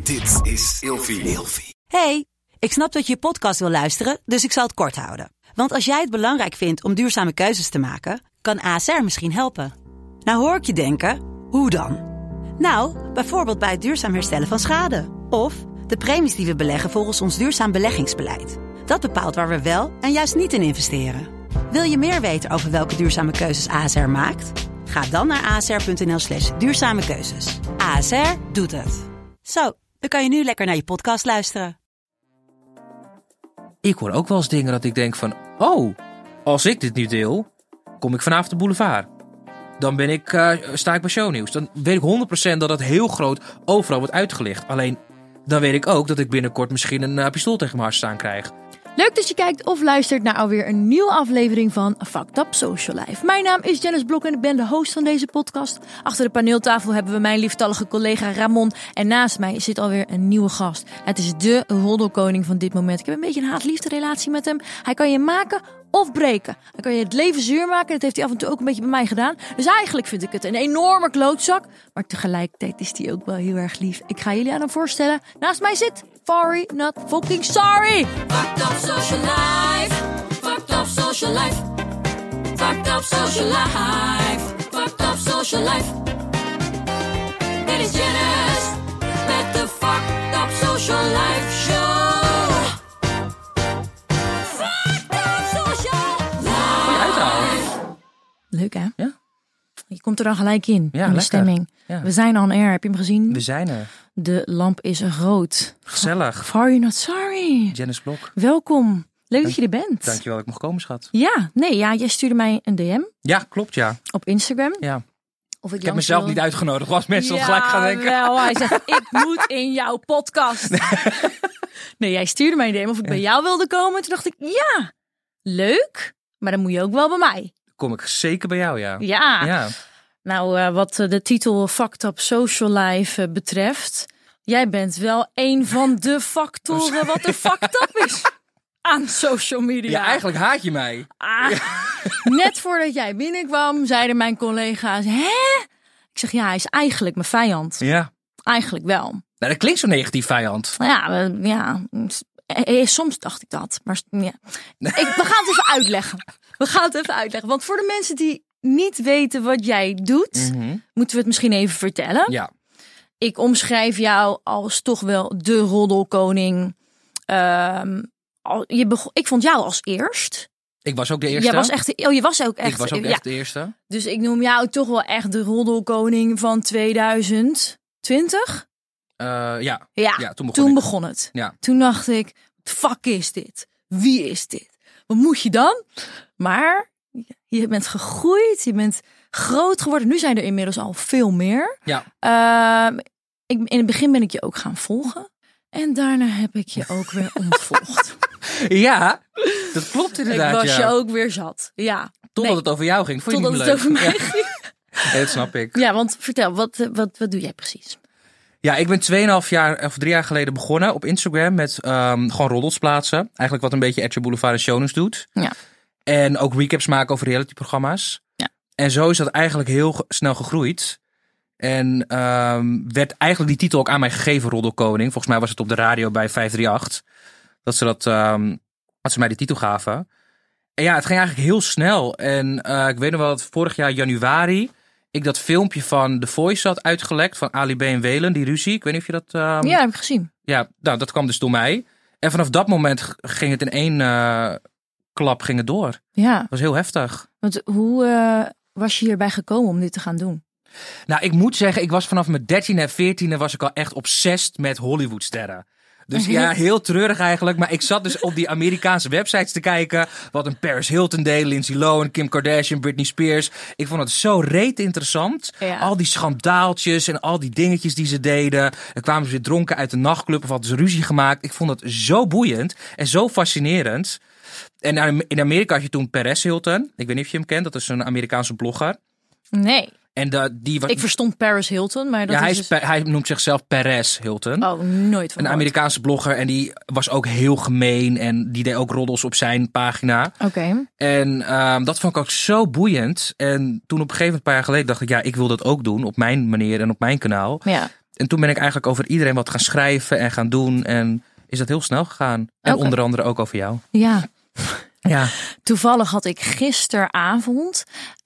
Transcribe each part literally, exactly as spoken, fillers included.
Dit is Ilfie. Hey, ik snap dat je je podcast wil luisteren, dus ik zal het kort houden. Want als jij het belangrijk vindt om duurzame keuzes te maken, kan A S R misschien helpen. Nou hoor ik je denken, hoe dan? Nou, bijvoorbeeld bij het duurzaam herstellen van schade. Of de premies die we beleggen volgens ons duurzaam beleggingsbeleid. Dat bepaalt waar we wel en juist niet in investeren. Wil je meer weten over welke duurzame keuzes A S R maakt? Ga dan naar asr.nl slash duurzame keuzes. A S R doet het. Zo, dan kan je nu lekker naar je podcast luisteren. Ik hoor ook wel eens dingen dat ik denk van... Oh, als ik dit nu deel, kom ik vanavond de boulevard. Dan ben ik, uh, sta ik bij Shownieuws. Dan weet ik honderd procent dat dat heel groot overal wordt uitgelicht. Alleen, dan weet ik ook dat ik binnenkort misschien een uh, pistool tegen mijn hart staan krijg. Leuk dat je kijkt of luistert naar alweer een nieuwe aflevering van Fucked Up Social Life. Mijn naam is Janice Blok en ik ben de host van deze podcast. Achter de paneeltafel hebben we mijn lieftallige collega Ramon. En naast mij zit alweer een nieuwe gast. Het is de roddelkoning van dit moment. Ik heb een beetje een haat-liefde relatie met hem. Hij kan je maken of breken. Hij kan je het leven zuur maken. Dat heeft hij af en toe ook een beetje bij mij gedaan. Dus eigenlijk vind ik het een enorme klootzak. Maar tegelijkertijd is hij ook wel heel erg lief. Ik ga jullie aan hem voorstellen. Naast mij zit Fari Not Fucking Sorry. Fucked up social life. Fucked up social life. Fucked up social life. Fucked up social life. Dit is Janice met de Fucked Up Social Life Show. Fucked Up Social Life. Leuk hè? Ja? Je komt er dan gelijk in. Ja, in de lekker. stemming. Ja. We zijn on air. Heb je hem gezien? We zijn er. De lamp is rood. Gezellig. Fari Not Sorry. Janice Blok. Welkom. Leuk dat je er bent. Dankjewel dat ik mocht komen, schat. Ja, nee, ja, jij stuurde mij een D M Ja, klopt, ja. op Instagram. ja. Of ik, Ik heb mezelf niet uitgenodigd. Was mensen dat gelijk gaan denken. Wel, hij zegt, ik moet in jouw podcast. Nee, jij stuurde mij een D M of ik bij jou wilde komen. Toen dacht ik, ja, leuk. Maar dan moet je ook wel bij mij. Kom ik zeker bij jou, ja. Ja. Ja. Nou, uh, wat de titel Fucked Up Social Life uh, betreft. Jij bent wel een van de factoren wat er fucked up is aan social media. Ja, eigenlijk haat je mij. Ah, net voordat jij binnenkwam, zeiden mijn collega's, hè? Ik zeg, ja, hij is eigenlijk mijn vijand. Ja. Eigenlijk wel. Nou, dat klinkt zo negatief, vijand. Ja, we- ja. eh, eh, soms dacht ik dat. Maar ja. Ik, we gaan het even uitleggen. We gaan het even uitleggen. Want voor de mensen die niet weten wat jij doet, Mhm. moeten we het misschien even vertellen. Ja. Ik omschrijf jou als toch wel de roddelkoning. Ehm, al- je begon, ik vond jou als eerst. Ik was ook de eerste. Jij was echt, oh, je was ook echt. Ik was ook ja. echt de eerste. Dus ik noem jou toch wel echt de roddelkoning van tweeduizend twintig. Uh, ja. Ja, Ja, toen begon toen ik. begon het. Ja. Toen dacht ik, wat fuck is dit? Wie is dit? Wat moet je dan? Maar je bent gegroeid, je bent groot geworden. Nu zijn er inmiddels al veel meer. Ja. Ehm, ik, in het begin ben ik je ook gaan volgen. En daarna heb ik je ook weer ontvolgd. Ja, dat klopt Ik inderdaad. was ja. je ook weer zat. Ja. Totdat Nee, het over jou ging. Vond je totdat niet het meer over leuk? mij Ja. ging. Nee, dat snap ik. Ja, want vertel, wat, eh, wat, wat doe jij precies? Ja, ik ben tweeënhalf jaar of drie jaar geleden begonnen op Instagram met um, gewoon roddels plaatsen. Eigenlijk wat een beetje Edge Boulevard en Shownieuws doet. Ja. En ook recaps maken over realityprogramma's. Ja. En zo is dat eigenlijk heel ge- snel gegroeid. En um, werd eigenlijk die titel ook aan mij gegeven, Roddelkoning. Volgens mij was het op de radio bij vijf drie acht. Dat ze, dat, um, dat ze mij die titel gaven. En ja, het ging eigenlijk heel snel. En uh, ik weet nog wel dat vorig jaar januari ik dat filmpje van The Voice had uitgelekt. Van Ali B en Welen, die ruzie. Ik weet niet of je dat... Um, Ja, heb ik gezien. Ja, nou, dat kwam dus door mij. En vanaf dat moment g- ging het in één uh, klap ging het door. Dat Ja, was heel heftig. want hoe uh, was je hierbij gekomen om dit te gaan doen? Nou, ik moet zeggen, ik was vanaf mijn dertiende en veertiende was ik al echt obsessed met Hollywoodsterren. Dus ja, heel treurig eigenlijk. Maar ik zat dus op die Amerikaanse websites te kijken. Wat een Paris Hilton deed, Lindsay Lohan, Kim Kardashian, Britney Spears. Ik vond het zo reet interessant. Ja. Al die schandaaltjes en al die dingetjes die ze deden. Er kwamen ze weer dronken uit de nachtclub of hadden ze ruzie gemaakt. Ik vond het zo boeiend en zo fascinerend. En in Amerika had je toen Paris Hilton. Ik weet niet of je hem kent. Dat is een Amerikaanse blogger. Nee, En de, die was, ik verstond Paris Hilton, maar dat ja, hij, is is, dus... pe- hij noemt zichzelf Perez Hilton. Oh, nooit van Een gehoord. Amerikaanse blogger en die was ook heel gemeen en die deed ook roddels op zijn pagina. Oké. En um, dat vond ik ook zo boeiend. En toen op een gegeven moment, een paar jaar geleden, dacht ik, ja, ik wil dat ook doen op mijn manier en op mijn kanaal. Ja. En toen ben ik eigenlijk over iedereen wat gaan schrijven en gaan doen. En is dat heel snel gegaan. En Okay. onder andere ook over jou. Ja. Ja. Toevallig had ik gisteravond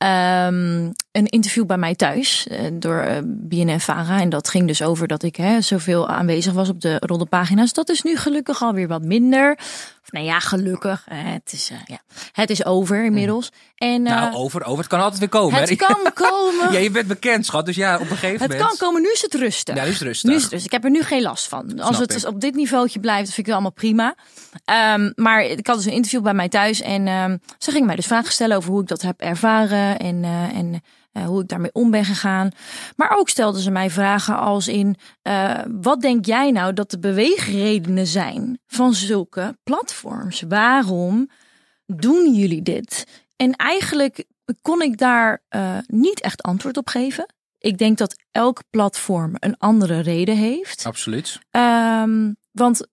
um, een interview bij mij thuis uh, door uh, B N N Vara. En dat ging dus over dat ik hè, zoveel aanwezig was op de roddelpagina's. Dat is nu gelukkig alweer wat minder. Of nou ja, gelukkig. Uh, het, is, uh, ja. het is over inmiddels. En, uh, Nou, over, over. Het kan altijd weer komen. het hè? kan komen. Ja, je bent bekend, schat. Dus ja, op een gegeven Het moment... kan komen, nu is het rustig. Ja, nu is het rustig. Nu is het rustig. Ik heb er nu geen last van. Als Snap het ik. dus op dit niveautje blijft, vind ik het allemaal prima. Um, maar ik had dus een interview bij mij thuis. En um, ze gingen mij dus vragen stellen over hoe ik dat heb ervaren. En, uh, en uh, hoe ik daarmee om ben gegaan. Maar ook stelden ze mij vragen als in... Uh, wat denk jij nou dat de beweegredenen zijn van zulke platforms? Waarom doen jullie dit? En eigenlijk kon ik daar uh, niet echt antwoord op geven. Ik denk dat elk platform een andere reden heeft. Absoluut. Um, want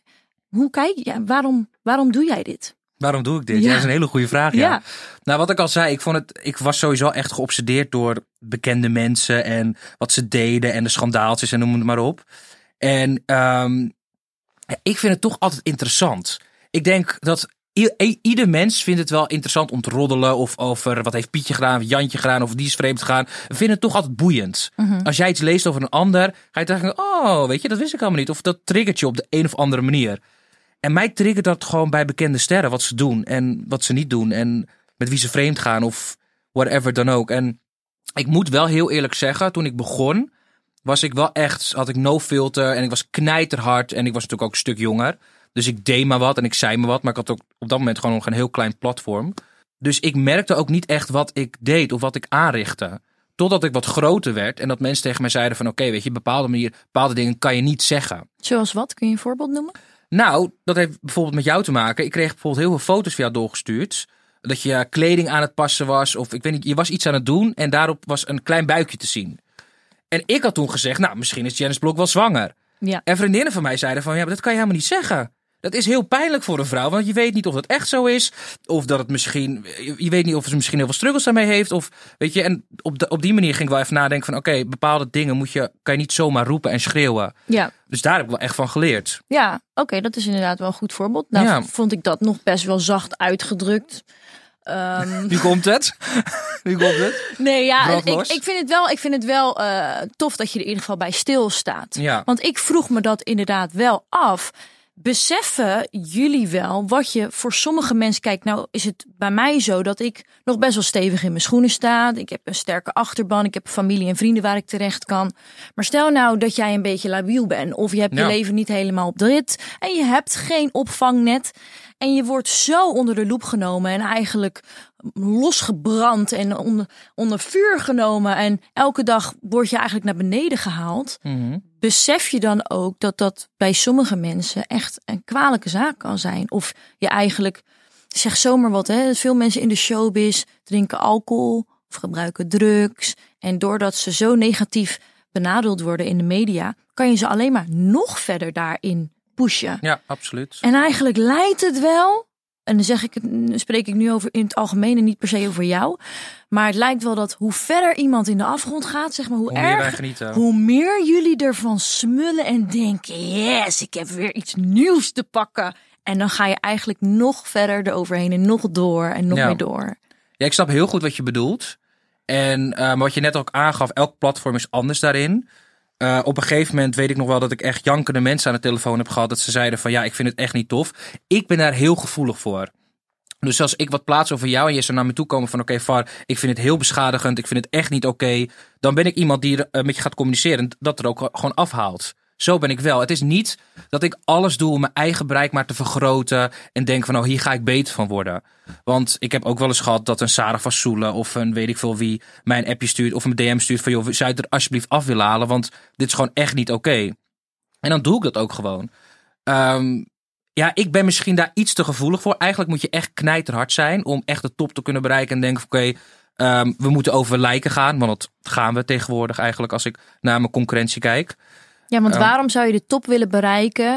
hoe kijk je? Ja, waarom, waarom doe jij dit? Waarom doe ik dit? Ja. Ja, dat is een hele goede vraag. Ja. Ja. Nou, wat ik al zei, ik, vond het, ik was sowieso echt geobsedeerd door bekende mensen en wat ze deden en de schandaaltjes en noem het maar op. En um, ja, ik vind het toch altijd interessant. Ik denk dat i- ieder mens vindt het wel interessant om te roddelen of over wat heeft Pietje gedaan, of Jantje gedaan, of die is vreemd gegaan. We vinden het toch altijd boeiend. Mm-hmm. Als jij iets leest over een ander, ga je denken, oh, weet je, dat wist ik helemaal niet. Of dat triggert je op de een of andere manier. En mij triggert dat gewoon bij bekende sterren, wat ze doen en wat ze niet doen. En met wie ze vreemd gaan of whatever dan ook. En ik moet wel heel eerlijk zeggen, toen ik begon, was ik wel echt, had ik no filter en ik was knijterhard. En ik was natuurlijk ook een stuk jonger. Dus ik deed maar wat en ik zei maar wat. Maar ik had ook op dat moment gewoon nog een heel klein platform. Dus ik merkte ook niet echt wat ik deed of wat ik aanrichtte. Totdat ik wat groter werd en dat mensen tegen mij zeiden van oké, okay, weet je, bepaalde manier, bepaalde dingen kan je niet zeggen. Zoals wat? Kun je een voorbeeld noemen? Nou, dat heeft bijvoorbeeld met jou te maken. Ik kreeg bijvoorbeeld heel veel foto's via jou doorgestuurd. Dat je kleding aan het passen was. Of ik weet niet, je was iets aan het doen. En daarop was een klein buikje te zien. En ik had toen gezegd, nou, misschien is Janice Blok wel zwanger. Ja. En vriendinnen van mij zeiden van, ja, maar dat kan je helemaal niet zeggen. Dat is heel pijnlijk voor een vrouw. Want je weet niet of dat echt zo is. Of dat het misschien, je weet niet of ze misschien heel veel struggles daarmee heeft. Of, weet je, en op, de, op die manier ging ik wel even nadenken van, oké, okay, bepaalde dingen moet je, kan je niet zomaar roepen en schreeuwen. Ja. Dus daar heb ik wel echt van geleerd. Ja, oké, okay, dat is inderdaad wel een goed voorbeeld. Nou, Ja. vond ik dat nog best wel zacht uitgedrukt. Um, Nu komt het. Nu komt het. nee, ja, Brand ik, los. ik vind het wel, ik vind het wel uh, tof dat je er in ieder geval bij stilstaat. Ja. Want ik vroeg me dat inderdaad wel af. Beseffen jullie wel wat je voor sommige mensen... Kijk, nou is het bij mij zo dat ik nog best wel stevig in mijn schoenen sta. Ik heb een sterke achterban. Ik heb familie en vrienden waar ik terecht kan. Maar stel nou dat jij een beetje labiel bent. Of je hebt Ja. je leven niet helemaal op de rit. En je hebt geen opvangnet. En je wordt zo onder de loep genomen. En eigenlijk losgebrand en onder, onder vuur genomen. En elke dag word je eigenlijk naar beneden gehaald. Mm-hmm. Besef je dan ook dat dat bij sommige mensen echt een kwalijke zaak kan zijn? Of je eigenlijk, zeg zomaar wat, hè? Veel mensen in de showbiz drinken alcohol of gebruiken drugs. En doordat ze zo negatief benadeeld worden in de media, kan je ze alleen maar nog verder daarin pushen. Ja, absoluut. En eigenlijk lijkt het wel, en dan zeg ik het, spreek ik nu over in het algemeen en niet per se over jou. Maar het lijkt wel dat hoe verder iemand in de afgrond gaat, zeg maar, hoe, Hoe meer wij erg, genieten. hoe meer jullie ervan smullen en denken, yes, ik heb weer iets nieuws te pakken. En dan ga je eigenlijk nog verder eroverheen en nog door en nog Ja. meer door. Ja, ik snap heel goed wat je bedoelt. En uh, wat je net ook aangaf, elk platform is anders daarin. Uh, op een gegeven moment weet ik nog wel dat ik echt jankende mensen aan de telefoon heb gehad. Dat ze zeiden van ja, ik vind het echt niet tof. Ik ben daar heel gevoelig voor. Dus als ik wat plaats over jou en je zou naar me toe komen van oké, okay, Var, ik vind het heel beschadigend. Ik vind het echt niet oké. Okay, dan ben ik iemand die uh, met je gaat communiceren en dat er ook gewoon afhaalt. Zo ben ik wel. Het is niet dat ik alles doe om mijn eigen bereik maar te vergroten. En denk van, oh, hier ga ik beter van worden. Want ik heb ook wel eens gehad dat een Sarah van Soelen of een weet ik veel wie mij een appje stuurt of een D M stuurt van, joh, zou je het er alsjeblieft af willen halen? Want dit is gewoon echt niet oké. Okay. En dan doe ik dat ook gewoon. Um, ja, ik ben misschien daar iets te gevoelig voor. Eigenlijk moet je echt knijterhard zijn om echt de top te kunnen bereiken. En denken van, oké, okay, um, we moeten over lijken gaan. Want dat gaan we tegenwoordig eigenlijk als ik naar mijn concurrentie kijk. Ja, want Um, waarom zou je de top willen bereiken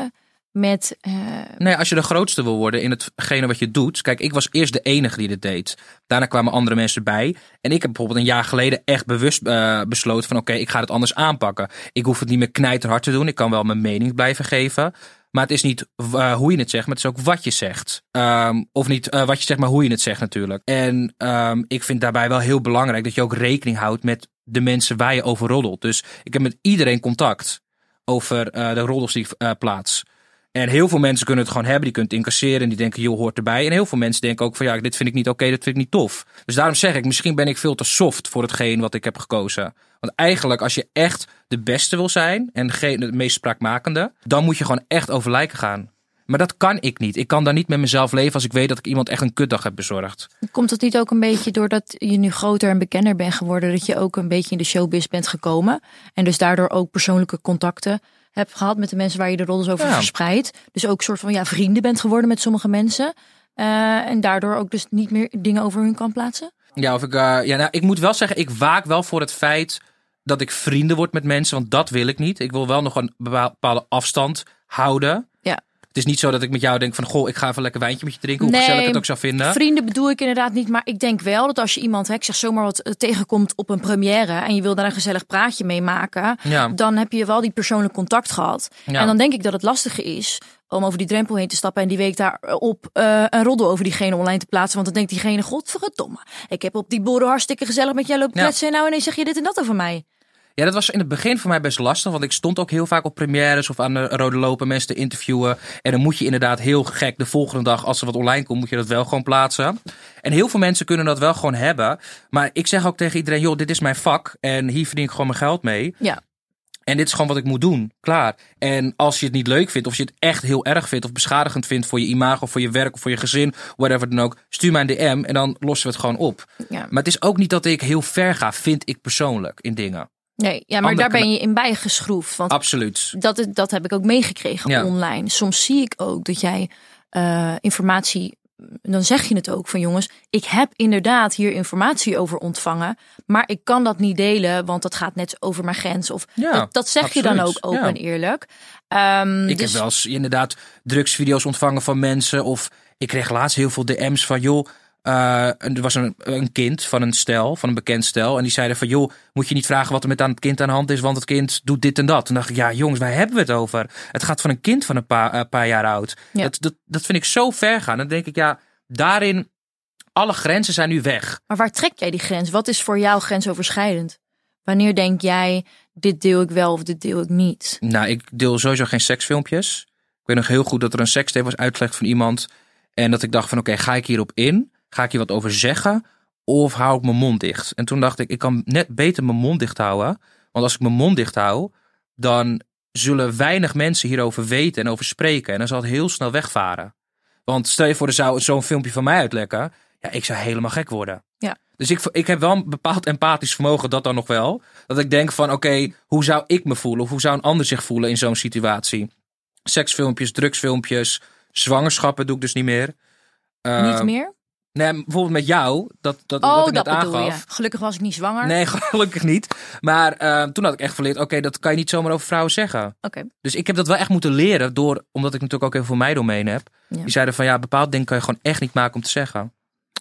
met... Uh... Nee, als je de grootste wil worden in hetgene wat je doet. Kijk, ik was eerst de enige die dit deed. Daarna kwamen andere mensen bij. En ik heb bijvoorbeeld een jaar geleden echt bewust uh, besloten van oké, okay, ik ga het anders aanpakken. Ik hoef het niet meer knijterhard te doen. Ik kan wel mijn mening blijven geven. Maar het is niet uh, hoe je het zegt, maar het is ook wat je zegt. Um, of niet uh, wat je zegt, maar hoe je het zegt natuurlijk. En um, ik vind daarbij wel heel belangrijk dat je ook rekening houdt met de mensen waar je over roddelt. Dus ik heb met iedereen contact over uh, de roddels die ik uh, plaats. En heel veel mensen kunnen het gewoon hebben. Die kunnen het incasseren en die denken, joh, hoort erbij. En heel veel mensen denken ook van, ja, dit vind ik niet oké, okay, dit vind ik niet tof. Dus daarom zeg ik, misschien ben ik veel te soft voor hetgeen wat ik heb gekozen. Want eigenlijk, als je echt de beste wil zijn en de meest spraakmakende, dan moet je gewoon echt over lijken gaan. Maar dat kan ik niet. Ik kan daar niet met mezelf leven als ik weet dat ik iemand echt een kutdag heb bezorgd. Komt dat niet ook een beetje doordat je nu groter en bekender bent geworden, dat je ook een beetje in de showbiz bent gekomen en dus daardoor ook persoonlijke contacten hebt gehad met de mensen waar je de roddels over ja. verspreidt. Dus ook een soort van ja, vrienden bent geworden met sommige mensen. Uh, en daardoor ook dus niet meer dingen over hun kan plaatsen? Ja, of ik, uh, ja nou, ik moet wel zeggen, ik waak wel voor het feit dat ik vrienden word met mensen. Want dat wil ik niet. Ik wil wel nog een bepaalde afstand houden. Ja. Het is niet zo dat ik met jou denk van, goh, ik ga even een lekker wijntje met je drinken. Hoe nee, gezellig ik het ook zou vinden. Vrienden bedoel ik inderdaad niet. Maar ik denk wel dat als je iemand, hè, ik zeg zomaar wat, tegenkomt op een première en je wil daar een gezellig praatje mee maken, ja. dan heb je wel die persoonlijk contact gehad. Ja. En dan denk ik dat het lastige is om over die drempel heen te stappen en die week daarop uh, een roddel over diegene online te plaatsen. Want dan denkt diegene, godverdomme, ik heb op die borrel hartstikke gezellig met jou lopen kletsen. Ja. En nou ineens zeg je dit en dat over mij. Ja, dat was in het begin voor mij best lastig. Want ik stond ook heel vaak op premières of aan de rode lopen mensen te interviewen. En dan moet je inderdaad heel gek de volgende dag, als er wat online komt, moet je dat wel gewoon plaatsen. En heel veel mensen kunnen dat wel gewoon hebben. Maar ik zeg ook tegen iedereen, joh, dit is mijn vak. En hier verdien ik gewoon mijn geld mee. Ja. En dit is gewoon wat ik moet doen. Klaar. En als je het niet leuk vindt, of je het echt heel erg vindt, of beschadigend vindt voor je imago, of voor je werk, of voor je gezin, whatever dan ook, stuur mij een D M en dan lossen we het gewoon op. Ja. Maar het is ook niet dat ik heel ver ga, vind ik persoonlijk, in dingen. Nee, ja, maar Andere daar ben je in bijgeschroefd. Want absoluut. Dat, dat heb ik ook meegekregen ja. online. Soms zie ik ook dat jij uh, informatie, dan zeg je het ook van jongens, ik heb inderdaad hier informatie over ontvangen, maar ik kan dat niet delen, want dat gaat net over mijn grens. Of ja, dat, dat zeg absoluut. Je dan ook open ja. en eerlijk. Um, ik dus... heb wel eens inderdaad drugsvideo's ontvangen van mensen, of ik kreeg laatst heel veel D M's van joh, Uh, er was een, een kind van een stel, van een bekend stel. En die zeiden van, joh, moet je niet vragen wat er met aan het kind aan de hand is, want het kind doet dit en dat. Toen dacht ik, ja jongens, waar hebben we het over? Het gaat van een kind van een paar, uh, paar jaar oud. Ja. Dat, dat, dat vind ik zo ver gaan. Dan denk ik, ja, daarin, alle grenzen zijn nu weg. Maar waar trek jij die grens? Wat is voor jou grensoverschrijdend? Wanneer denk jij, dit deel ik wel of dit deel ik niet? Nou, ik deel sowieso geen seksfilmpjes. Ik weet nog heel goed dat er een sekstape was uitgelegd van iemand. En dat ik dacht van, oké, okay, ga ik hierop in? Ga ik hier wat over zeggen? Of hou ik mijn mond dicht? En toen dacht ik, ik kan net beter mijn mond dicht houden. Want als ik mijn mond dicht hou, dan zullen weinig mensen hierover weten en over spreken. En dan zal het heel snel wegvaren. Want stel je voor, er zou zo'n filmpje van mij uitlekken. Ja, ik zou helemaal gek worden. Ja. Dus ik, ik heb wel een bepaald empathisch vermogen, dat dan nog wel. Dat ik denk van, oké, okay, hoe zou ik me voelen? Of hoe zou een ander zich voelen in zo'n situatie? Seksfilmpjes, drugsfilmpjes, zwangerschappen doe ik dus niet meer. Uh, niet meer? Nee, bijvoorbeeld met jou, dat, dat, oh, wat ik dat net bedoel aangaf. Je. Gelukkig was ik niet zwanger. Nee, gelukkig niet. Maar uh, toen had ik echt verleerd, oké, okay, dat kan je niet zomaar over vrouwen zeggen. Okay. Dus ik heb dat wel echt moeten leren, door, omdat ik natuurlijk ook heel veel meiden omheen heb. Ja. Die zeiden van, ja, bepaald dingen kan je gewoon echt niet maken om te zeggen.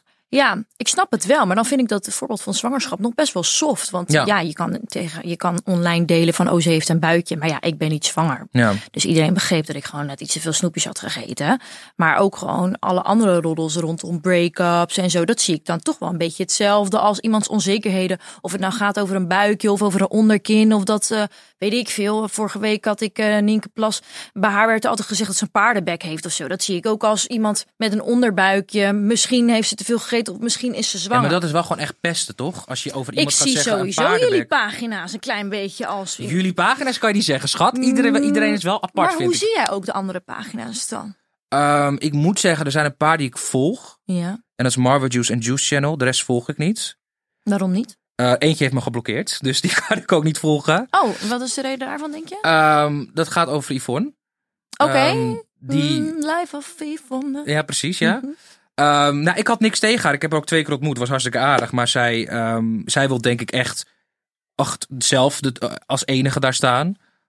Ja, ik snap het wel. Maar dan vind ik dat het voorbeeld van zwangerschap nog best wel soft. Want ja, ja je, kan tegen, je kan online delen van, oh, ze heeft een buikje. Maar ja, ik ben niet zwanger. Ja. Dus iedereen begreep dat ik gewoon net iets te veel snoepjes had gegeten. Maar ook gewoon alle andere roddels rondom break-ups en zo. Dat zie ik dan toch wel een beetje hetzelfde als iemands onzekerheden. Of het nou gaat over een buikje of over een onderkin. Of dat, uh, weet ik veel. Vorige week had ik uh, Nienke Plas. Bij haar werd altijd gezegd dat ze een paardenbek heeft of zo. Dat zie ik ook als iemand met een onderbuikje. Misschien heeft ze te veel gegeten. Of misschien is ze zwanger. Ja, maar dat is wel gewoon echt pesten, toch? Als je over iemand ik gaat zeggen, Ik zie sowieso jullie pagina's een klein beetje als... Jullie pagina's kan je niet zeggen, schat. Iedereen, mm, iedereen is wel apart, maar vind hoe ik. zie jij ook de andere pagina's dan? Um, ik moet zeggen, er zijn een paar die ik volg. Ja. En dat is Marvel Juice en Juice Channel. De rest volg ik niet. Waarom niet? Uh, eentje heeft me geblokkeerd, dus die kan ik ook niet volgen. Oh, wat is de reden daarvan, denk je? Um, dat gaat over Yvonne. Oké. Okay. Um, die... mm, Life of Yvonne. Ja, precies, ja. Mm-hmm. Um, nou, ik had niks tegen haar. Ik heb haar ook twee keer ontmoet. Was hartstikke aardig. Maar zij, um, zij wil denk ik echt, echt zelf de, als enige daar staan.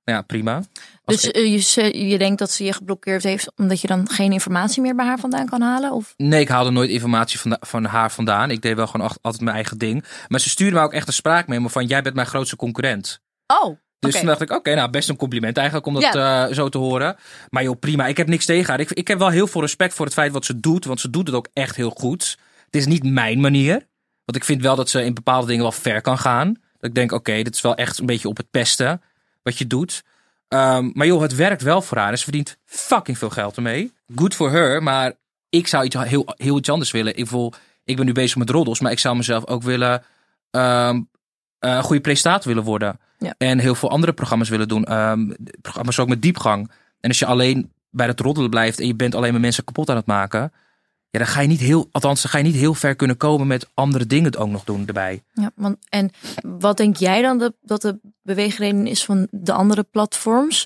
Nou ja, prima. Als Dus uh, je, ze- je denkt dat ze je geblokkeerd heeft omdat je dan geen informatie meer bij haar vandaan kan halen? Of? Nee, ik haalde nooit informatie van, van haar vandaan. Ik deed wel gewoon ach- altijd mijn eigen ding. Maar ze stuurde me ook echt een spraakmemo van... jij bent mijn grootste concurrent. Oh, Dus oké. toen dacht ik, oké, okay, nou best een compliment eigenlijk om dat uh, zo te horen. Maar joh, prima. Ik heb niks tegen haar. Ik, ik heb wel heel veel respect voor het feit wat ze doet. Want ze doet het ook echt heel goed. Het is niet mijn manier. Want ik vind wel dat ze in bepaalde dingen wel ver kan gaan. Dat ik denk, oké, okay, dit is wel echt een beetje op het pesten wat je doet. Um, maar joh, het werkt wel voor haar. En ze verdient fucking veel geld ermee. Good for her, maar ik zou iets heel, heel iets anders willen. Ik, voel, ik ben nu bezig met roddels, maar ik zou mezelf ook willen... Um, uh, een goede presentator willen worden. Ja. En heel veel andere programma's willen doen. Um, programma's ook met diepgang. En als je alleen bij het roddelen blijft en je bent alleen maar mensen kapot aan het maken... Ja, dan ga je niet heel, althans, dan ga je niet heel ver kunnen komen met andere dingen ook nog doen erbij. Ja, want, en wat denk jij dan de, dat de beweegreden is van de andere platforms?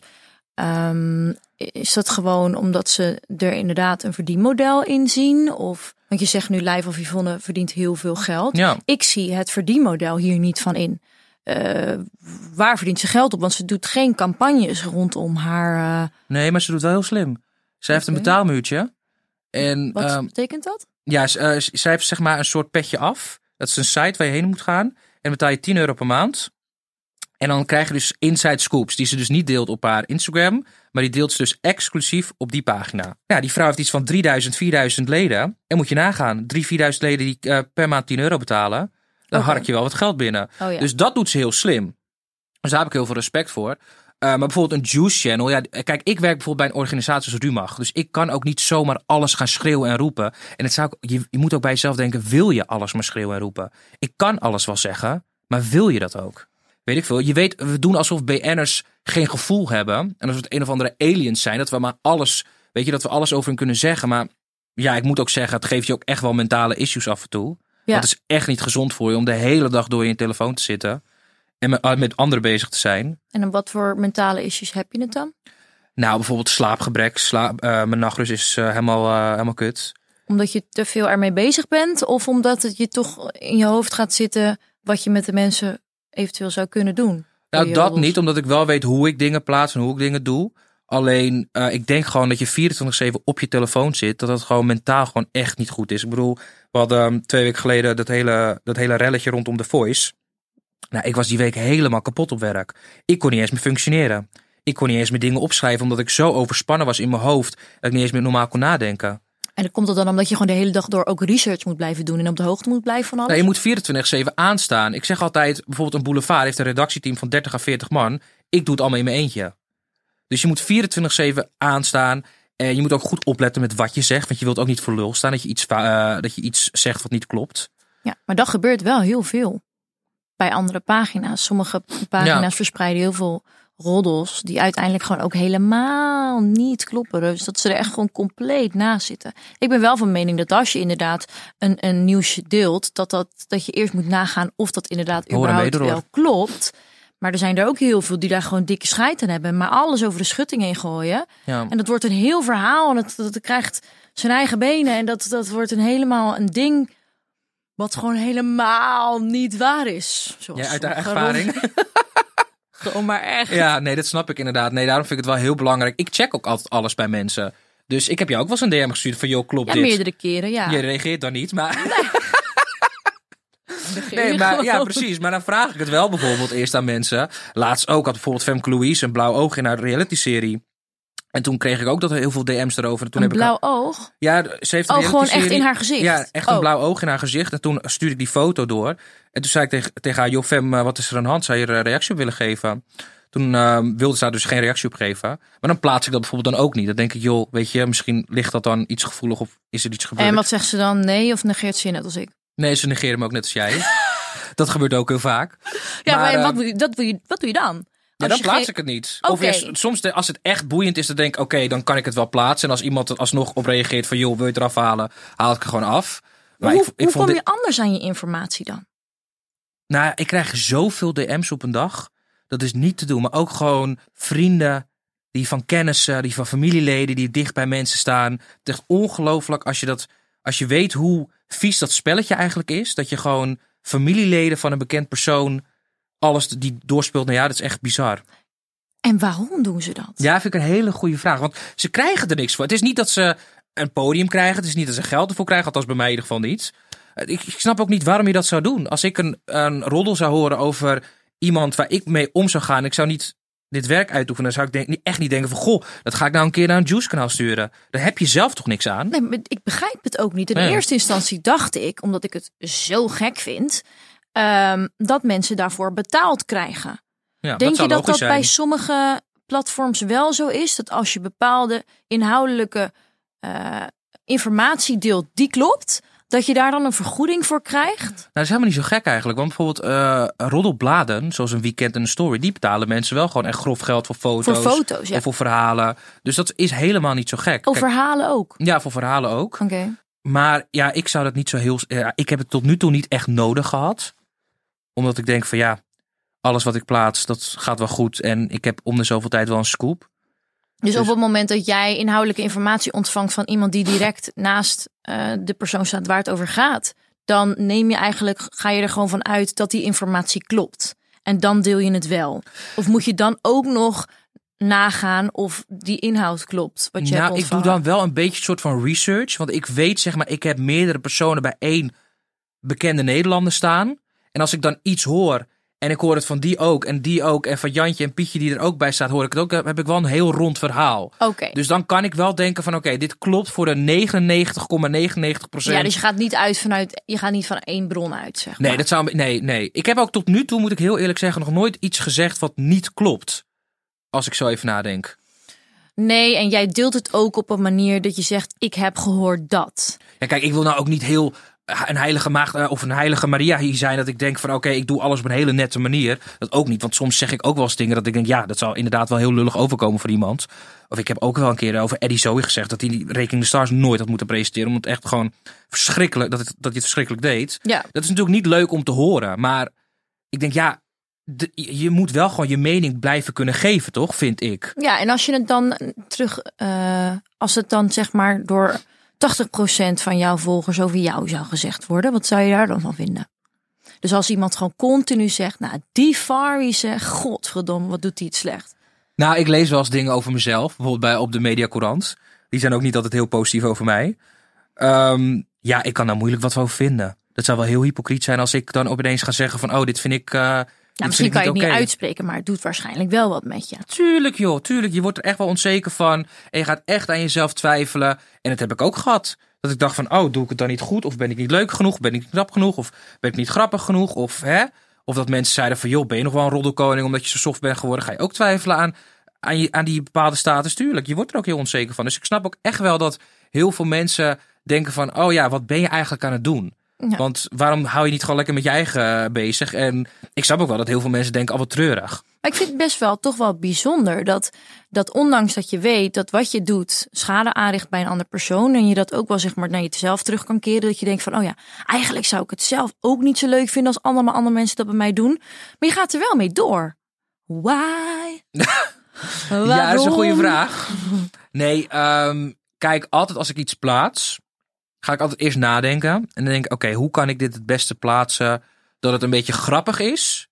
Um, is dat gewoon omdat ze er inderdaad een verdienmodel in zien? Of, want je zegt nu Live of Yvonne verdient heel veel geld. Ja. Ik zie het verdienmodel hier niet van in. Uh, waar verdient ze geld op? Want ze doet geen campagnes rondom haar... Uh... Nee, maar ze doet wel heel slim. Ze heeft Okay. een betaalmuurtje. En, Wat um, betekent dat? Ja, uh, zij heeft zeg maar een soort petje af. Dat is een site waar je heen moet gaan. En dan betaal je tien euro per maand. En dan krijg je dus inside scoops. Die ze dus niet deelt op haar Instagram. Maar die deelt ze dus exclusief op die pagina. Ja, die vrouw heeft iets van drieduizend, vierduizend leden. En moet je nagaan. drie, vierduizend leden die uh, per maand tien euro betalen. Dan Okay. hark je wel wat geld binnen. Oh, ja. Dus dat doet ze heel slim. Dus daar heb ik heel veel respect voor. Uh, maar bijvoorbeeld een Juice Channel. Ja, kijk, ik werk bijvoorbeeld bij een organisatie als Rumach. Dus ik kan ook niet zomaar alles gaan schreeuwen en roepen. En het zou ook, je, je moet ook bij jezelf denken, wil je alles maar schreeuwen en roepen? Ik kan alles wel zeggen, maar wil je dat ook? Weet ik veel. Je weet, we doen alsof B N'ers geen gevoel hebben. En alsof het een of andere aliens zijn. Dat we maar alles, weet je, dat we alles over hun kunnen zeggen. Maar ja, ik moet ook zeggen, het geeft je ook echt wel mentale issues af en toe. Ja. Want het is echt niet gezond voor je om de hele dag door je telefoon te zitten. En met, met anderen bezig te zijn. En dan wat voor mentale issues heb je het dan? Nou, bijvoorbeeld slaapgebrek. Slaap, uh, mijn nachtrust is uh, helemaal, uh, helemaal kut. Omdat je te veel ermee bezig bent? Of omdat het je toch in je hoofd gaat zitten wat je met de mensen eventueel zou kunnen doen? Nou, dat niet. Omdat ik wel weet hoe ik dingen plaats en hoe ik dingen doe. Alleen, uh, ik denk gewoon dat je vierentwintig zeven op je telefoon zit. Dat dat gewoon mentaal gewoon echt niet goed is. Ik bedoel, we hadden um, twee weken geleden dat hele, dat hele relletje rondom The Voice. Nou, ik was die week helemaal kapot op werk. Ik kon niet eens meer functioneren. Ik kon niet eens meer dingen opschrijven omdat ik zo overspannen was in mijn hoofd dat ik niet eens meer normaal kon nadenken. En dan komt het dan omdat je gewoon de hele dag door ook research moet blijven doen en op de hoogte moet blijven van alles? Nou, je moet vierentwintig zeven aanstaan. Ik zeg altijd, bijvoorbeeld een boulevard heeft een redactieteam van dertig à veertig man. Ik doe het allemaal in mijn eentje. Dus je moet vierentwintig zeven aanstaan. En je moet ook goed opletten met wat je zegt. Want je wilt ook niet voor lul staan dat je iets, uh, dat je iets zegt wat niet klopt. Ja, maar dat gebeurt wel heel veel. Bij andere pagina's. Sommige pagina's ja. verspreiden heel veel roddels die uiteindelijk gewoon ook helemaal niet kloppen. Dus dat ze er echt gewoon compleet naast zitten. Ik ben wel van mening dat als je inderdaad een, een nieuwsje deelt, dat, dat, dat je eerst moet nagaan of dat inderdaad überhaupt wel klopt. Maar er zijn er ook heel veel die daar gewoon dikke scheid aan hebben. Maar alles over de schutting heen gooien. Ja. En dat wordt een heel verhaal. En dat, dat, dat krijgt zijn eigen benen. En dat, dat wordt een helemaal een ding wat gewoon helemaal niet waar is. Zoals ja, uit haar ervaring. Gewoon maar echt. Ja, nee, dat snap ik inderdaad. Nee, daarom vind ik het wel heel belangrijk. Ik check ook altijd alles bij mensen. Dus ik heb jou ook wel eens een D M gestuurd van, joh, klopt ja, dit? meerdere keren, ja. Je reageert dan niet, maar... Nee. Nee, maar ja, precies. Maar dan vraag ik het wel bijvoorbeeld eerst aan mensen. Laatst ook had bijvoorbeeld Femke Louise een blauw oog in haar reality-serie. En toen kreeg ik ook dat heel veel D M's erover. En toen een heb blauw ik haar... oog? Ja, ze heeft een oh, gewoon echt in haar gezicht? Ja, echt oh. een blauw oog in haar gezicht. En toen stuurde ik die foto door. En toen zei ik tegen, tegen haar, joh Fem, wat is er aan de hand? Zou je er een reactie op willen geven? Toen uh, wilde ze daar dus geen reactie op geven. Maar dan plaats ik dat bijvoorbeeld dan ook niet. Dan denk ik, joh, weet je, misschien ligt dat dan iets gevoelig of is er iets gebeurd. En wat zegt ze dan? Nee of negeert ze je net als ik? Nee, ze negeren me ook net als jij. Dat gebeurt ook heel vaak. Ja, maar, maar uh, wat, doe je, dat doe je, wat doe je dan? Ja, dan plaats ik het niet. Okay. Of ja, soms als het echt boeiend is, dan denk ik, oké, okay, dan kan ik het wel plaatsen. En als iemand er alsnog op reageert van, joh, wil je het eraf halen? Haal ik er gewoon af. Maar hoe ik, ik hoe kom dit... je anders aan je informatie dan? Nou, ik krijg zoveel D M's op een dag. Dat is niet te doen. Maar ook gewoon vrienden, die van kennissen, die van familieleden, die dicht bij mensen staan. Het is echt ongelooflijk als je dat, als je weet hoe vies dat spelletje eigenlijk is. Dat je gewoon familieleden van een bekend persoon alles die doorspeelt. Nou ja, dat is echt bizar. En waarom doen ze dat? Ja, vind ik een hele goede vraag. Want ze krijgen er niks voor. Het is niet dat ze een podium krijgen. Het is niet dat ze geld ervoor krijgen. Althans bij mij in ieder geval niet. Ik, ik snap ook niet waarom je dat zou doen. Als ik een, een roddel zou horen over iemand waar ik mee om zou gaan. Ik zou niet dit werk uitoefenen. Dan zou ik denk, echt niet denken van... Goh, dat ga ik nou een keer naar een Juice kanaal sturen. Daar heb je zelf toch niks aan? Nee, maar ik begrijp het ook niet. In Nee. eerste instantie dacht ik, omdat ik het zo gek vind... Um, dat mensen daarvoor betaald krijgen. Ja, Denk dat zou je dat logisch dat zijn. bij sommige platforms wel zo is? Dat als je bepaalde inhoudelijke uh, informatie deelt die klopt... dat je daar dan een vergoeding voor krijgt? Nou, dat is helemaal niet zo gek eigenlijk. Want bijvoorbeeld uh, roddelbladen, zoals een Weekend en een Story... die betalen mensen wel gewoon echt grof geld voor foto's. Voor foto's, ja. Of voor verhalen. Dus dat is helemaal niet zo gek. Oh, Kijk, verhalen ook? ja, voor verhalen ook. Oké. Okay. Maar ja, ik zou dat niet zo heel... Ja, ik heb het tot nu toe niet echt nodig gehad. Omdat ik denk van ja, alles wat ik plaats, dat gaat wel goed. En ik heb om de zoveel tijd wel een scoop. Dus, Dus op het moment dat jij inhoudelijke informatie ontvangt van iemand die direct naast uh, de persoon staat waar het over gaat, dan neem je eigenlijk, ga je er gewoon van uit dat die informatie klopt. En dan deel je het wel. Of moet je dan ook nog nagaan of die inhoud klopt? Wat je nou, hebt ik doe dan wel een beetje een soort van research. Want ik weet, zeg maar, ik heb meerdere personen bij één bekende Nederlander staan. En als ik dan iets hoor en ik hoor het van die ook en die ook en van Jantje en Pietje die er ook bij staat, hoor ik het ook, heb ik wel een heel rond verhaal. Oké. Okay. Dus dan kan ik wel denken van oké, okay, dit klopt voor de negenennegentig komma negenennegentig procent. Ja, dus je gaat niet uit vanuit, je gaat niet van één bron uit, zeg maar. Nee, dat zou, nee, nee. Ik heb ook tot nu toe, moet ik heel eerlijk zeggen, nog nooit iets gezegd wat niet klopt. Als ik zo even nadenk. Nee, en jij deelt het ook op een manier dat je zegt, ik heb gehoord dat. Ja, kijk, ik wil nou ook niet heel een heilige maagd of een heilige Maria hier zijn dat ik denk van oké, okay, ik doe alles op een hele nette manier. Dat ook niet, want soms zeg ik ook wel eens dingen dat ik denk ja, dat zal inderdaad wel heel lullig overkomen voor iemand. Of ik heb ook wel een keer over Eddie Zoe gezegd dat hij die Ranking the Stars nooit had moeten presenteren, omdat het echt gewoon verschrikkelijk, dat, het, dat hij het verschrikkelijk deed. Ja. Dat is natuurlijk niet leuk om te horen, maar ik denk ja, de, je moet wel gewoon je mening blijven kunnen geven, toch, vind ik. Ja, en als je het dan terug, uh, als het dan zeg maar door tachtig procent van jouw volgers over jou zou gezegd worden, wat zou je daar dan van vinden? Dus als iemand gewoon continu zegt, nou die Fari zegt, godverdomme, wat doet hij het slecht? Nou, ik lees wel eens dingen over mezelf, bijvoorbeeld bij op de Media Courant. Die zijn ook niet altijd heel positief over mij. Um, ja, ik kan daar moeilijk wat over vinden. Dat zou wel heel hypocriet zijn als ik dan opeens ga zeggen van, oh, dit vind ik... Uh, Nou, dit misschien vind kan ik je het niet niet okay. uitspreken, maar het doet waarschijnlijk wel wat met je. Tuurlijk joh, tuurlijk. Je wordt er echt wel onzeker van. En je gaat echt aan jezelf twijfelen. En dat heb ik ook gehad. Dat ik dacht van, oh, doe ik het dan niet goed? Of ben ik niet leuk genoeg? Ben ik niet knap genoeg? Of ben ik niet grappig genoeg? Of, hè? Of dat mensen zeiden van, joh, ben je nog wel een roddelkoning omdat je zo soft bent geworden? Ga je ook twijfelen aan, aan, je, aan die bepaalde status? Tuurlijk, je wordt er ook heel onzeker van. Dus ik snap ook echt wel dat heel veel mensen denken van, oh ja, wat ben je eigenlijk aan het doen? Ja. Want waarom hou je niet gewoon lekker met je eigen bezig? En ik snap ook wel dat heel veel mensen denken, al wat treurig. Maar ik vind het best wel toch wel bijzonder dat, dat ondanks dat je weet dat wat je doet schade aanricht bij een andere persoon en je dat ook wel zeg maar naar jezelf terug kan keren, dat je denkt van, oh ja, eigenlijk zou ik het zelf ook niet zo leuk vinden als allemaal andere mensen dat bij mij doen. Maar je gaat er wel mee door. Why? Ja, dat is een goede vraag. Nee, um, kijk, altijd als ik iets plaats, ga ik altijd eerst nadenken. En dan denk ik, oké, okay, hoe kan ik dit het beste plaatsen dat het een beetje grappig is,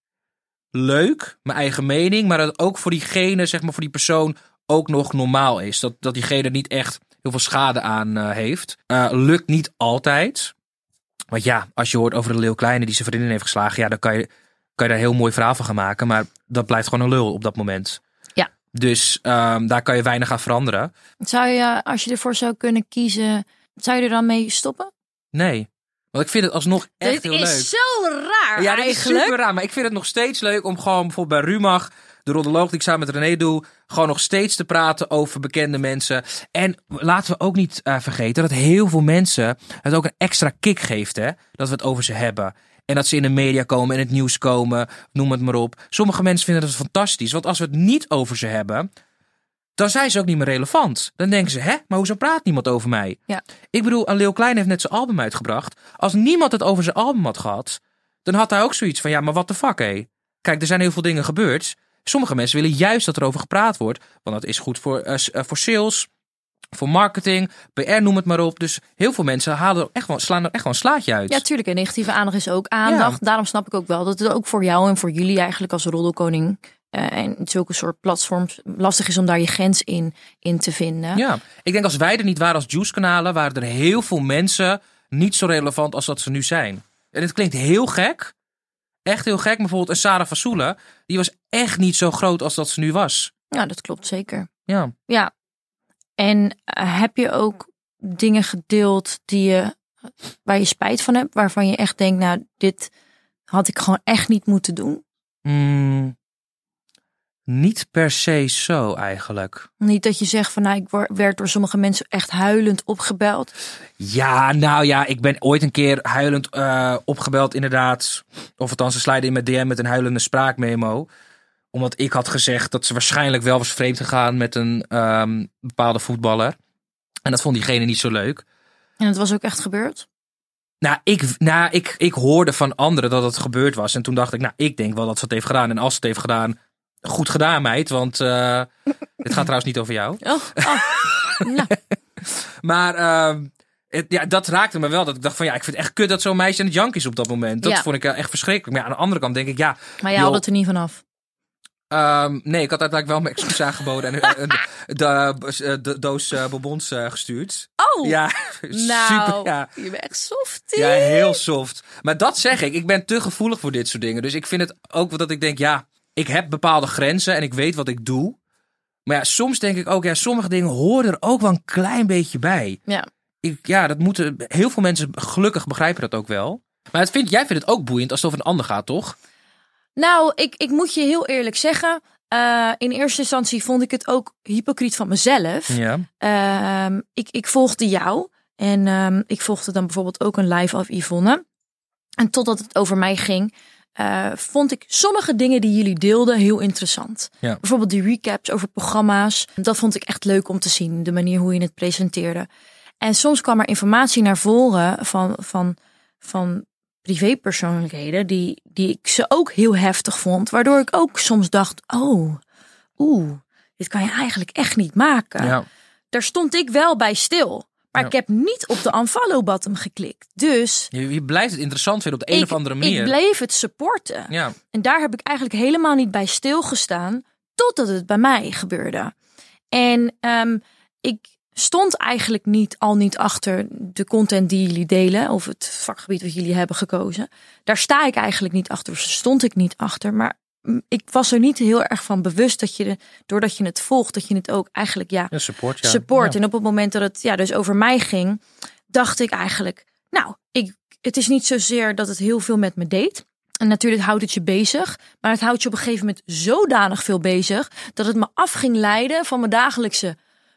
leuk, mijn eigen mening, maar dat het ook voor diegene, zeg maar voor die persoon, ook nog normaal is. Dat, dat diegene niet echt heel veel schade aan uh, heeft. Uh, lukt niet altijd. Want ja, als je hoort over de Leeuw Kleine die zijn vriendin heeft geslagen, ja, dan kan je, kan je daar een heel mooi verhaal van gaan maken. Maar dat blijft gewoon een lul op dat moment. Ja. Dus um, daar kan je weinig aan veranderen. Zou je, als je ervoor zou kunnen kiezen, zou je er dan mee stoppen? Nee. Want ik vind het alsnog echt dit heel leuk. Dit is zo raar ja, dit eigenlijk. is super raar. Maar ik vind het nog steeds leuk om gewoon bijvoorbeeld bij Rumach, de rodoloog die ik samen met René doe, gewoon nog steeds te praten over bekende mensen. En laten we ook niet uh, vergeten dat heel veel mensen het ook een extra kick geeft, hè, dat we het over ze hebben. En dat ze in de media komen, in het nieuws komen, noem het maar op. Sommige mensen vinden dat fantastisch. Want als we het niet over ze hebben, dan zijn ze ook niet meer relevant. Dan denken ze, hè, maar hoezo praat niemand over mij? Ja. Ik bedoel, Leeuw Klein heeft net zijn album uitgebracht. Als niemand het over zijn album had gehad, dan had hij ook zoiets van, ja, maar what the fuck, hé? Kijk, er zijn heel veel dingen gebeurd. Sommige mensen willen juist dat er over gepraat wordt. Want dat is goed voor, uh, voor sales, voor marketing, P R, noem het maar op. Dus heel veel mensen halen er echt wel, slaan er echt wel een slaatje uit. Ja, tuurlijk. En negatieve aandacht is ook aandacht. Ja. Daarom snap ik ook wel dat het ook voor jou en voor jullie eigenlijk als roddelkoning Uh, en zulke soort platforms lastig is om daar je grens in, in te vinden. Ja, ik denk als wij er niet waren als Juice-kanalen, waren er heel veel mensen niet zo relevant als dat ze nu zijn. En het klinkt heel gek. Echt heel gek. Maar bijvoorbeeld een Sarah Fasoula, die was echt niet zo groot als dat ze nu was. Ja, dat klopt zeker. Ja. Ja. En uh, heb je ook dingen gedeeld die je, waar je spijt van hebt, waarvan je echt denkt, nou, dit had ik gewoon echt niet moeten doen? Mm, niet per se zo eigenlijk. Niet dat je zegt van, nou, ik werd door sommige mensen echt huilend opgebeld. Ja, nou ja, ik ben ooit een keer huilend uh, opgebeld inderdaad. Of althans, ze sliden in mijn D M met een huilende spraakmemo. Omdat ik had gezegd dat ze waarschijnlijk wel was vreemd gegaan met een um, bepaalde voetballer. En dat vond diegene niet zo leuk. En het was ook echt gebeurd? Nou, ik, nou ik, ik hoorde van anderen dat het gebeurd was. En toen dacht ik, nou, ik denk wel dat ze het heeft gedaan. En als ze het heeft gedaan, goed gedaan, meid. Want uh, dit gaat trouwens niet over jou. Oh, oh. Nou. Maar uh, het, ja, dat raakte me wel. Dat ik dacht van, ja, ik vind het echt kut dat zo'n meisje aan het jank is op dat moment. Dat ja. vond ik echt verschrikkelijk. Maar ja, aan de andere kant denk ik, ja... Maar jij had het er niet vanaf? Um, nee, ik had uiteindelijk wel mijn excuus aangeboden en een, de, de, de doos uh, bonbons uh, gestuurd. Oh! Ja, nou, super. Ja. Je bent echt softie. Ja, heel soft. Maar dat zeg ik. Ik ben te gevoelig voor dit soort dingen. Dus ik vind het ook dat ik denk, ja, ik heb bepaalde grenzen en ik weet wat ik doe. Maar ja, soms denk ik ook, ja, sommige dingen horen er ook wel een klein beetje bij. Ja. Ik, ja, dat moeten heel veel mensen gelukkig begrijpen dat ook wel. Maar het vind, jij vindt het ook boeiend als het over een ander gaat, toch? Nou, ik, ik moet je heel eerlijk zeggen. Uh, in eerste instantie vond ik het ook hypocriet van mezelf. Ja. Uh, ik, ik volgde jou. En um, ik volgde dan bijvoorbeeld ook een live of Yvonne. En totdat het over mij ging, uh, vond ik sommige dingen die jullie deelden heel interessant. Ja. Bijvoorbeeld die recaps over programma's. Dat vond ik echt leuk om te zien. De manier hoe je het presenteerde. En soms kwam er informatie naar voren van... van, van privépersoonlijkheden die, die ik ze ook heel heftig vond. Waardoor ik ook soms dacht, oh, oeh, dit kan je eigenlijk echt niet maken. Ja. Daar stond ik wel bij stil. Maar Ja. ik heb niet op de unfollow button geklikt. Dus Je, je blijft het interessant vinden op de een ik, of andere manier. ik bleef het supporten. Ja. En daar heb ik eigenlijk helemaal niet bij stilgestaan. Totdat het bij mij gebeurde. En um, ik stond eigenlijk niet al niet achter de content die jullie delen. Of het vakgebied wat jullie hebben gekozen. Daar sta ik eigenlijk niet achter. Dus stond ik niet achter. Maar ik was er niet heel erg van bewust dat je, doordat je het volgt, dat je het ook eigenlijk ja, Ja, support. Ja. support. Ja. En op het moment dat het ja, dus over mij ging, dacht ik eigenlijk, nou, ik, het is niet zozeer dat het heel veel met me deed. En natuurlijk houdt het je bezig. Maar het houdt je op een gegeven moment zodanig veel bezig dat het me af ging leiden van mijn dagelijkse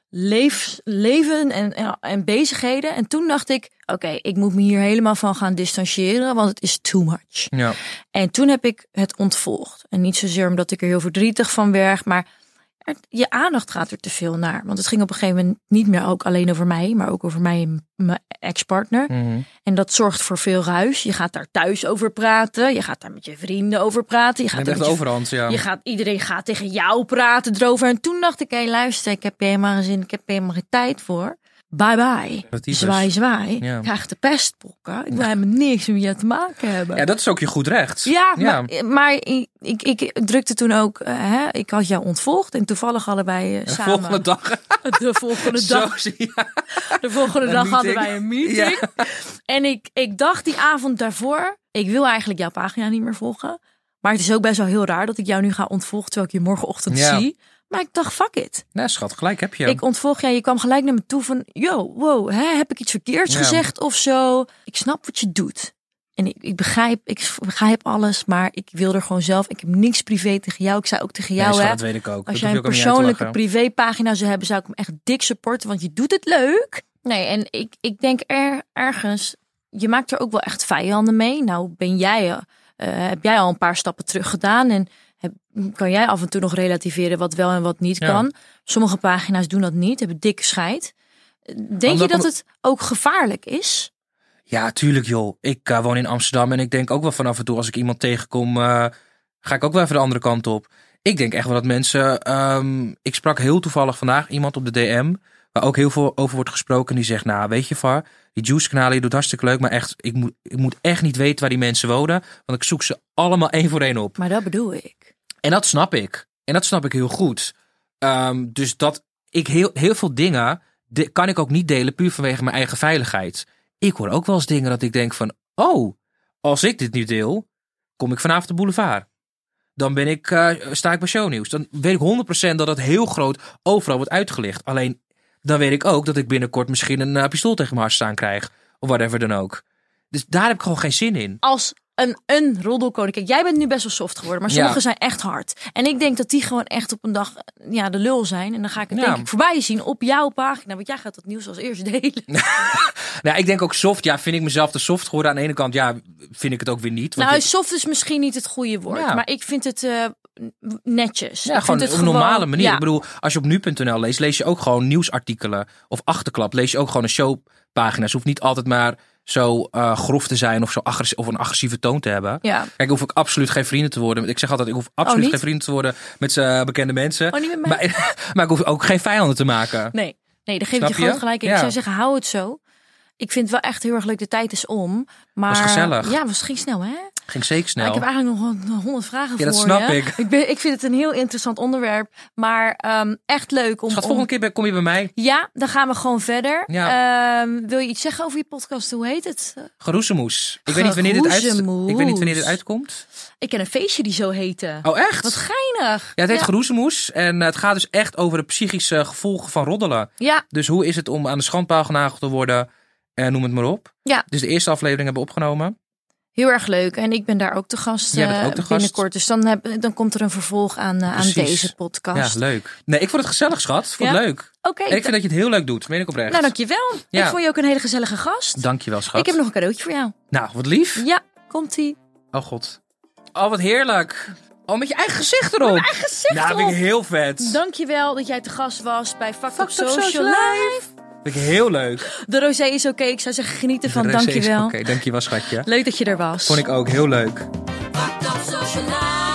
leef, leven en, en, en bezigheden. En toen dacht ik, oké, okay, ik moet me hier helemaal van gaan distancieren, want het is too much. Ja. En toen heb ik het ontvolgd. En niet zozeer omdat ik er heel verdrietig van werd, maar er, je aandacht gaat er te veel naar. Want het ging op een gegeven moment niet meer ook alleen over mij, maar ook over mij en mijn ex-partner. Mm-hmm. En dat zorgt voor veel ruis. Je gaat daar thuis over praten. Je gaat daar met je vrienden over praten. Je gaat Je daar bent met echt je, overhand, ja. je gaat, iedereen gaat tegen jou praten erover. En toen dacht ik, hé, hey, luister, ik heb helemaal geen zin, ik heb helemaal geen tijd voor. Bye bye. Dat is Zwaai, zwaai. Ja. Krijg de pestpokken. Ik wil helemaal niks met je te maken hebben. Ja, dat is ook je goed recht. Ja, Ja. maar, maar ik, ik, ik drukte toen ook, uh, hè, ik had jou ontvolgd en toevallig hadden wij uh, De samen. volgende dag. De volgende dag. Zo, ja. De volgende Een dag meeting. hadden wij een meeting. Ja. En ik, ik dacht die avond daarvoor, ik wil eigenlijk jouw pagina niet meer volgen. Maar het is ook best wel heel raar dat ik jou nu ga ontvolgen terwijl ik je morgenochtend Ja. zie. Maar ik dacht, fuck it. Nee, schat, gelijk heb je. Ik ontvolg jij, je kwam gelijk naar me toe van, yo, wow, hè, heb ik iets verkeerds Ja. gezegd of zo? Ik snap wat je doet. En ik, ik begrijp, ik begrijp alles, maar ik wil er gewoon zelf. Ik heb niks privé tegen jou. Ik zei ook tegen jou, nee, schat, hè. dat weet ik ook. Dat Als hoef jij je een ook niet uit te persoonlijke lachen. privépagina zou hebben, zou ik hem echt dik supporten, want je doet het leuk. Nee, en ik, ik denk er, ergens, je maakt er ook wel echt vijanden mee. Nou ben jij, uh, heb jij al een paar stappen terug gedaan en heb, kan jij af en toe nog relativeren wat wel en wat niet Ja. kan. Sommige pagina's doen dat niet, hebben dikke scheid. Denk je Omdat- dat het ook gevaarlijk is? Ja, tuurlijk joh. Ik uh, woon in Amsterdam en ik denk ook wel van af en toe als ik iemand tegenkom, uh, ga ik ook wel even de andere kant op. Ik denk echt wel dat mensen, um, ik sprak heel toevallig vandaag iemand op de D M, waar ook heel veel over wordt gesproken. Die zegt, nou weet je Var, die Juice kanalen, je doet hartstikke leuk, maar echt, ik moet, ik moet echt niet weten waar die mensen wonen, want ik zoek ze allemaal één voor één op. Maar dat bedoel ik. En dat snap ik. En dat snap ik heel goed. Um, dus dat ik heel, heel veel dingen de, kan ik ook niet delen puur vanwege mijn eigen veiligheid. Ik hoor ook wel eens dingen dat ik denk van, oh, als ik dit nu deel, kom ik vanavond de boulevard. Dan ben ik, uh, sta ik bij shownieuws. Dan weet ik honderd procent dat het heel groot overal wordt uitgelicht. Alleen, dan weet ik ook dat ik binnenkort misschien een uh, pistool tegen mijn hart staan krijg. Of whatever dan ook. Dus daar heb ik gewoon geen zin in. Als een, een roddelkoning. Kijk, jij bent nu best wel soft geworden. Maar sommigen ja. zijn echt hard. En ik denk dat die gewoon echt op een dag ja, de lul zijn. En dan ga ik het ja. denk ik voorbij zien op jouw pagina. Want jij gaat dat nieuws als eerste delen. Nou, ik denk ook soft. Ja, vind ik mezelf te soft geworden. Aan de ene kant, ja, vind ik het ook weer niet. Want nou, je... soft is misschien niet het goede woord. Ja. Maar ik vind het uh, netjes. Ja, ik gewoon vind op het een gewoon, normale manier. Ja. Ik bedoel, als je op nu punt n l leest, lees je ook gewoon nieuwsartikelen. Of achterklap, lees je ook gewoon een showpagina. Het hoeft niet altijd maar zo uh, grof te zijn of, zo agressie, of een agressieve toon te hebben. Ja. Kijk, ik hoef ook absoluut geen vrienden te worden. Ik zeg altijd, ik hoef absoluut oh, geen vrienden te worden met uh, bekende mensen. Oh, niet met mij? Maar, maar ik hoef ook geen vijanden te maken. Nee, nee daar geef Snap ik je groot je? gelijk in. Ja. Ik zou zeggen, hou het zo. Ik vind het wel echt heel erg leuk. De tijd is om. Maar was gezellig. Ja, was ging snel, hè? Ging zeker snel. Maar ik heb eigenlijk nog honderd vragen ja, voor dat snap je. ik. Ik, ben, ik vind het een heel interessant onderwerp. Maar um, echt leuk om... Schat, om... volgende keer bij, kom je bij mij. Ja, dan gaan we gewoon verder. Ja. Um, wil je iets zeggen over je podcast? Hoe heet het? Geroezemoes. Ik weet niet wanneer dit uit... Geroezemoes. Ik weet niet wanneer dit uitkomt. Ik ken een feestje die zo heette. Oh, echt? Wat geinig. Ja, het heet ja. Geroezemoes. En uh, het gaat dus echt over de psychische gevolgen van roddelen. Ja. Dus hoe is het om aan de schandpaal genageld te worden? En noem het maar op. Ja. Dus de eerste aflevering hebben we opgenomen. Heel erg leuk. En ik ben daar ook te gast Jij bent ook te uh, binnenkort. gast. Dus dan, heb, dan komt er een vervolg aan, uh, aan deze podcast. Ja, leuk. Nee, ik vond het gezellig, schat. Ik vond ja? het leuk. Oké. Okay, en ik vind dat je het heel leuk doet. Meen ik oprecht. Nou, dankjewel. Ja. Ik vond je ook een hele gezellige gast. Dankjewel, schat. Ik heb nog een cadeautje voor jou. Nou, wat lief. Ja, komt-ie. Oh, god. Oh, wat heerlijk. Oh, met je eigen gezicht erop. Met mijn eigen gezicht nou, erop. vind ik heel vet. Dankjewel dat jij te gast was bij Fucked Up Social, Social Life. Vind ik heel leuk. De rosé is oké. Okay. Ik zou zeggen, genieten van. Dankjewel. Dankjewel. Oké, okay, dankjewel, schatje. Leuk dat je er was. Vond ik ook heel leuk. Fucked Up Social Life.